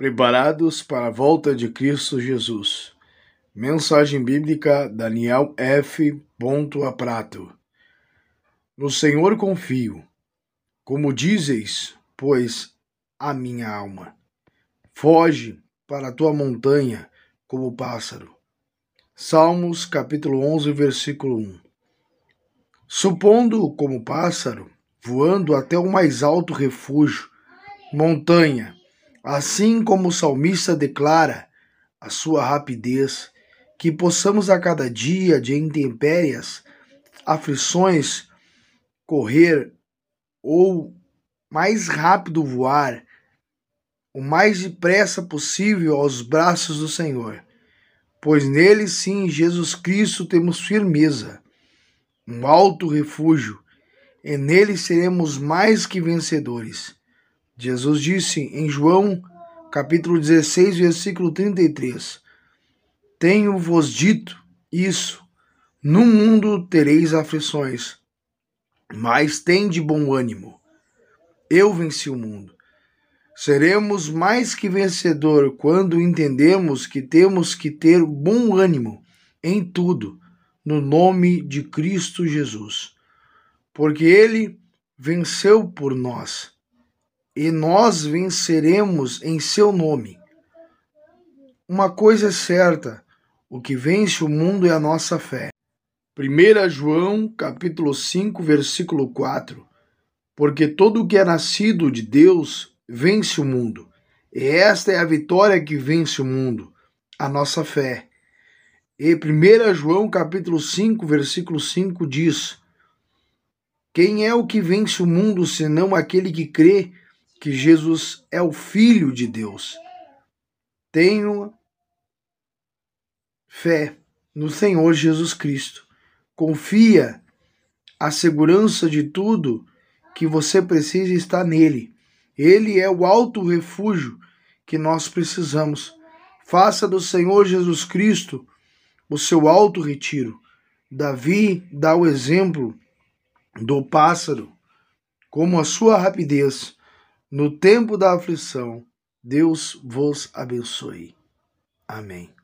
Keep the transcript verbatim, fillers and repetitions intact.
Preparados para a volta de Cristo Jesus. Mensagem bíblica Daniel F. Aprato. No Senhor confio, como dizes, pois, a minha alma. Foge para a tua montanha como pássaro. Salmos capítulo onze, versículo um. Supondo como pássaro, voando até o mais alto refúgio, montanha, assim como o salmista declara a sua rapidez, que possamos a cada dia de intempéries, aflições, correr ou mais rápido voar, o mais depressa possível aos braços do Senhor, pois nele sim, Jesus Cristo, temos firmeza, um alto refúgio, e nele seremos mais que vencedores. Jesus disse em João, capítulo dezesseis, versículo trinta e três, tenho-vos dito isso, no mundo tereis aflições, mas tende bom ânimo, eu venci o mundo. Seremos mais que vencedor quando entendemos que temos que ter bom ânimo em tudo, no nome de Cristo Jesus, porque Ele venceu por nós, e nós venceremos em seu nome. Uma coisa é certa, o que vence o mundo é a nossa fé. primeira João, capítulo cinco, versículo quatro. Porque todo o que é nascido de Deus vence o mundo. E esta é a vitória que vence o mundo, a nossa fé. E primeira João, capítulo cinco, versículo cinco diz: quem é o que vence o mundo, senão aquele que crê que Jesus é o Filho de Deus? Tenho fé no Senhor Jesus Cristo. Confia, a segurança de tudo que você precisa está nele. Ele é o alto refúgio que nós precisamos. Faça do Senhor Jesus Cristo o seu alto retiro. Davi dá o exemplo do pássaro, como a sua rapidez no tempo da aflição. Deus vos abençoe. Amém.